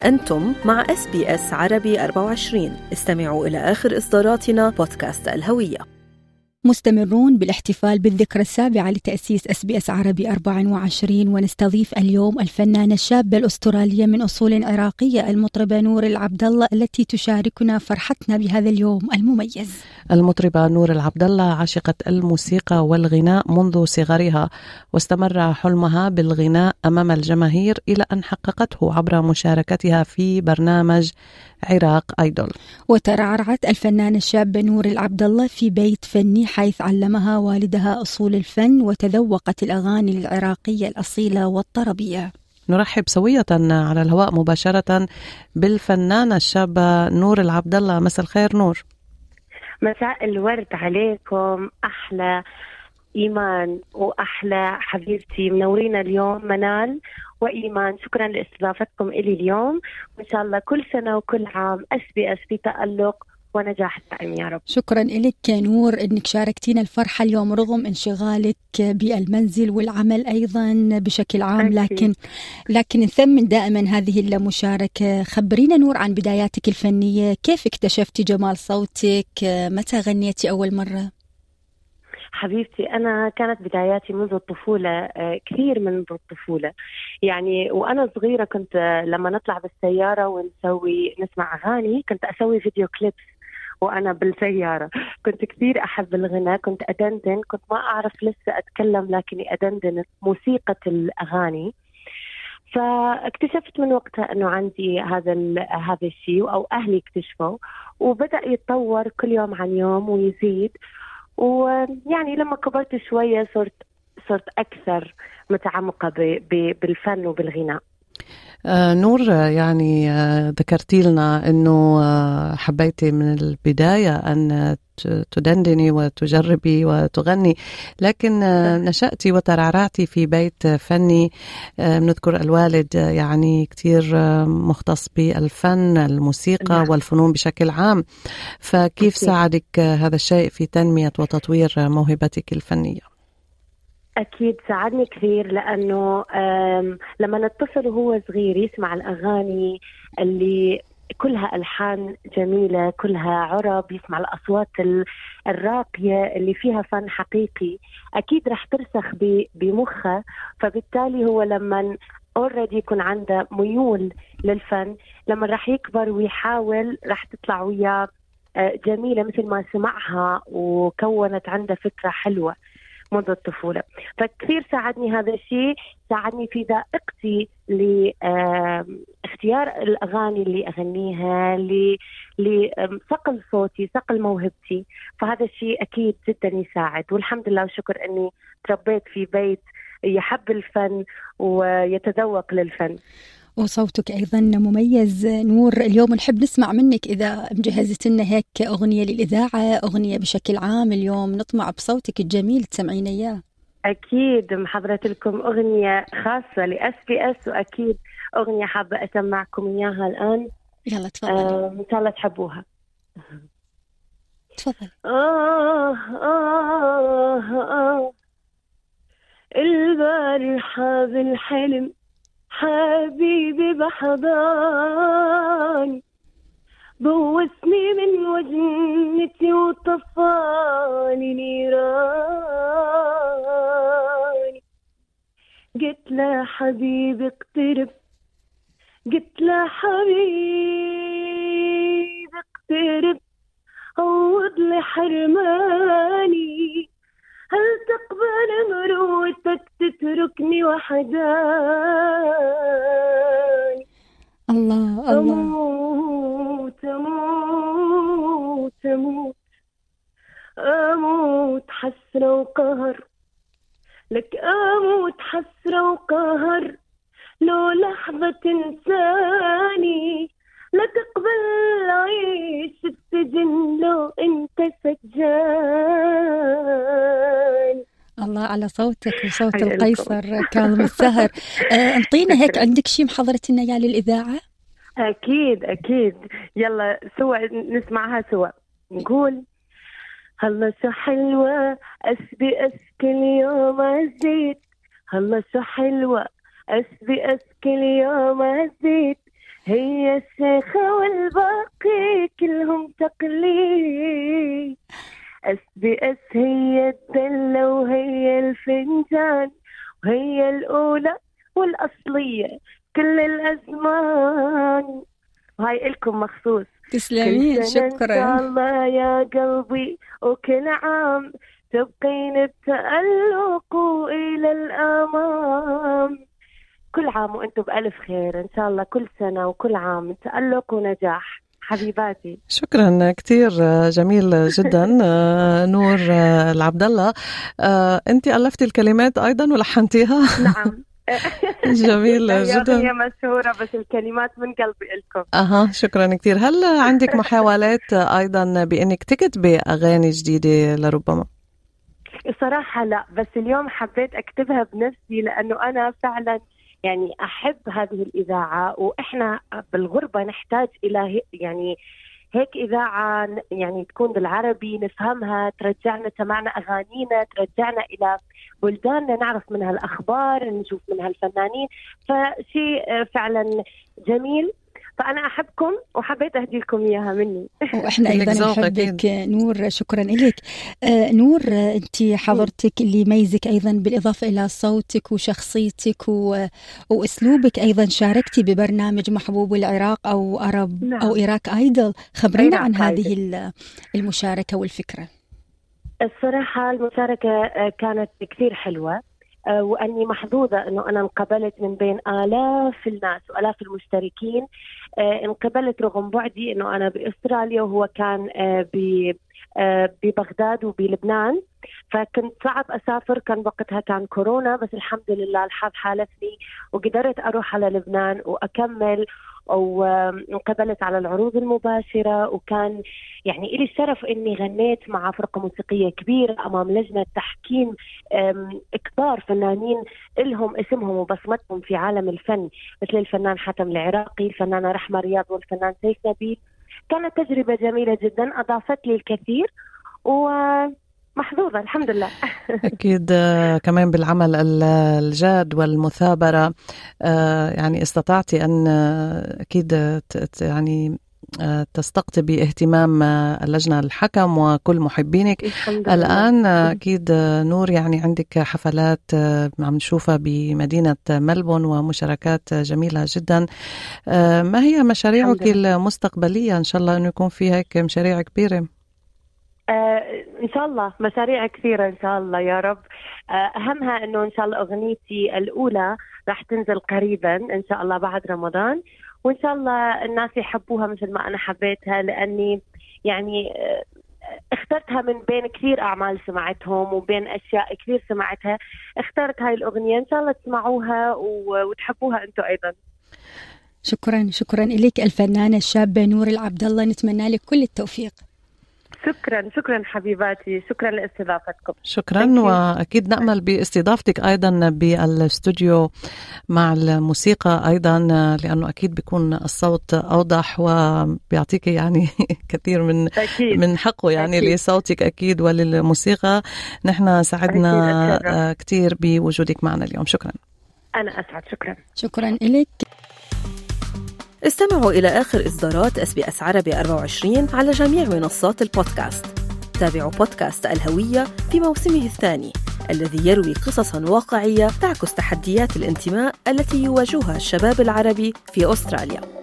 أنتم مع SBS عربي 24. استمعوا إلى آخر إصداراتنا بودكاست الهوية. مستمرون بالاحتفال بالذكرى السابعة لتأسيس SBS عربي 24، ونستضيف اليوم الفنانة الشابة الأسترالية من أصول عراقية المطربة نور العبدالله التي تشاركنا فرحتنا بهذا اليوم المميز. المطربة نور العبدالله عاشقة الموسيقى والغناء منذ صغرها، واستمر حلمها بالغناء أمام الجماهير إلى أن حققته عبر مشاركتها في برنامج عراق آيدول. وترعرعت الفنانة الشابة نور العبدالله في بيت فني حيث علمها والدها أصول الفن، وتذوقت الأغاني العراقية الأصيلة والطربية. نرحب سوية على الهواء مباشرة بالفنانة الشابة نور العبدالله. مساء الخير نور. مساء الورد عليكم، أحلى إيمان وأحلى حبيبتي، منورين اليوم منال وإيمان. شكرا لاستضافتكم إلي اليوم، وإن شاء الله كل سنة وكل عام SBS في تألق ونجاح دائم يا رب. شكرا لك نور انك شاركتينا الفرحة اليوم رغم انشغالك بالمنزل والعمل ايضا بشكل عام، لكن نثمن دائما هذه المشاركة. خبرينا نور عن بداياتك الفنية، كيف اكتشفتي جمال صوتك؟ متى غنيتي اول مرة؟ حبيبتي أنا كانت بداياتي منذ الطفولة، كثير منذ الطفولة يعني. وأنا صغيرة كنت لما نطلع بالسيارة نسمع أغاني، كنت أسوي فيديو كليبس وأنا بالسيارة. كنت كثير أحب الغناء، كنت أدندن، كنت ما أعرف لسه أتكلم لكني أدندن موسيقى الأغاني. فاكتشفت من وقتها أنه عندي هذا الشيء، أو أهلي اكتشفوا، وبدأ يتطور كل يوم عن يوم ويزيد. ويعني لما كبرت شوية صرت أكثر متعمقة بالفن وبالغناء. نور، يعني ذكرتي لنا أنه حبيتي من البداية أن تدندني وتجربي وتغني، لكن نشأتي وترعرعتي في بيت فني. نذكر الوالد يعني كتير مختص بالفن، الموسيقى والفنون بشكل عام، فكيف ساعدك هذا الشيء في تنمية وتطوير موهبتك الفنية؟ أكيد ساعدني كثير، لأنه لما الطفل وهو صغير يسمع الأغاني اللي كلها ألحان جميلة، كلها عرب، يسمع الأصوات الراقية اللي فيها فن حقيقي، أكيد رح ترسخ بمخه. فبالتالي هو لما already يكون عنده ميول للفن، لما رح يكبر ويحاول رح تطلع وياه جميلة مثل ما سمعها وكونت عنده فكرة حلوة منذ الطفولة. فكثير ساعدني هذا الشيء، ساعدني في ذائقتي لاختيار الأغاني اللي أغنيها، لصقل صوتي، صقل موهبتي. فهذا الشيء أكيد جدا يساعد، والحمد لله وشكر أني تربيت في بيت يحب الفن ويتذوق للفن. وصوتك أيضا مميز نور. اليوم نحب نسمع منك إذا مجهزت لنا هيك أغنية للإذاعة، أغنية بشكل عام، اليوم نطمع بصوتك الجميل تسمعينا إياه. أكيد محضرة لكم أغنية خاصة لSBS، وأكيد أغنية حابة أسمعكم إياها الآن. يلا تفضل. إن شاء الله تحبوها. تفضل. البارحة بالحلم حبيبي بحضاني، بوسني من وجنتي وطفاني نيراني. قلت له حبيبي اقترب، قلت له حبيبي اقترب، عوض لي حرماني. هل تقبل مروتك تتركني وحداني؟ الله الله. أموت أموت أموت أموت حسرة وقهر لك، أموت حسرة وقهر، لو لحظة تنساني لا تقبل عيش السجن لو انت سجان. الله على صوتك وصوت القيصر كاظم السهر. انطينا هيك، عندك شيء محضرة لنا يا للإذاعة؟ أكيد أكيد، يلا سوا نسمعها سوا. نقول هلا شو حلوة SBS كل يوم أزيد، هلا شو حلوة SBS كل يوم أزيد، هي الشيخة والباقي كلهم تقليد. SBS هي الدلة وهي الفنجان وهي الأولى والأصلية كل الأزمان. وهاي إلكم مخصوص. تسلمين، شكرا. إن شاء الله يا قلبي وكل عام تبقين التألق إلى الأمام. كل عام وأنتم بألف خير إن شاء الله، كل سنة وكل عام تألق ونجاح حبيباتي. شكرا كتير، جميل جدا. نور العبدالله، أنت ألفتي الكلمات أيضا ولحنتيها؟ نعم. جميل جدا. هي مشهورة بس الكلمات من قلبي لكم. شكرا كتير. هل عندك محاولات أيضا بأنك تكتبي أغاني جديدة لربما؟ الصراحة لا، بس اليوم حبيت أكتبها بنفسي لأنه أنا فعلا يعني أحب هذه الإذاعة، وإحنا بالغربة نحتاج إلى يعني هيك إذاعة يعني تكون بالعربي نفهمها، ترجعنا سمعنا أغانينا، ترجعنا إلى بلداننا، نعرف منها الأخبار، نشوف منها الفنانين، فشيء فعلا جميل. فأنا أحبكم وحبيت أهدي لكم إياها مني. وإحنا أيضا نحبك نور، شكرا لك. نور، أنت حضرتك اللي يميزك أيضا بالإضافة إلى صوتك وشخصيتك وأسلوبك، أيضا شاركتي ببرنامج محبوب العراق أو أرب. نعم. أو إيراك آيدل. خبرينا عن هذه المشاركة والفكرة. الصراحة المشاركة كانت كثير حلوة، وأني محظوظة أنه أنا انقبلت من بين آلاف الناس وآلاف المشتركين. انقبلت رغم بعدي أنه أنا بأستراليا وهو كان ببغداد وبلبنان، فكنت صعب أسافر، كان وقتها كان كورونا، بس الحمد لله الحظ حالفني وقدرت أروح على لبنان وأكمل، وانقبلت على العروض المباشرة. وكان يعني إلي الشرف إني غنيت مع فرقة موسيقية كبيرة أمام لجنة تحكيم كبار فنانين إلهم اسمهم وبصمتهم في عالم الفن، مثل الفنان حاتم العراقي، الفنانة رحمة رياض، والفنان سيف نبيل. كانت تجربة جميلة جدا، أضافت لي الكثير ومحظوظة الحمد لله. أكيد كمان بالعمل الجاد والمثابرة يعني استطعتي أن أكيد يعني تستقطبي اهتمام اللجنة الحكم وكل محبينك الآن. أكيد نور يعني عندك حفلات عم نشوفها بمدينة ملبون ومشاركات جميلة جدا. ما هي مشاريعك المستقبلية؟ إن شاء الله أنه يكون في هيك مشاريع كبيرة. إن شاء الله مشاريع كثيرة إن شاء الله يا رب. أهمها أنه إن شاء الله أغنيتي الأولى راح تنزل قريبا إن شاء الله بعد رمضان، وإن شاء الله الناس يحبوها مثل ما أنا حبيتها، لأني يعني اخترتها من بين كثير أعمال سمعتهم وبين أشياء كثير سمعتها، اخترت هاي الأغنية. إن شاء الله تسمعوها وتحبوها أنتوا أيضا. شكرا لك الفنانة الشابة نور العبدالله، نتمنى لك كل التوفيق. شكرا حبيباتي، شكرا لاستضافتكم. شكرا، وأكيد نأمل باستضافتك أيضا بالاستوديو مع الموسيقى أيضا، لأنه أكيد بيكون الصوت أوضح وبيعطيك يعني كثير من حقه يعني أكيد. لصوتك أكيد وللموسيقى. نحن سعدنا كثير بوجودك معنا اليوم. شكرا. أنا أسعد. شكرا لك. استمعوا إلى آخر إصدارات SBS عربي 24 على جميع منصات البودكاست. تابعوا بودكاست الهوية في موسمه الثاني الذي يروي قصصاً واقعية تعكس تحديات الانتماء التي يواجهها الشباب العربي في أستراليا.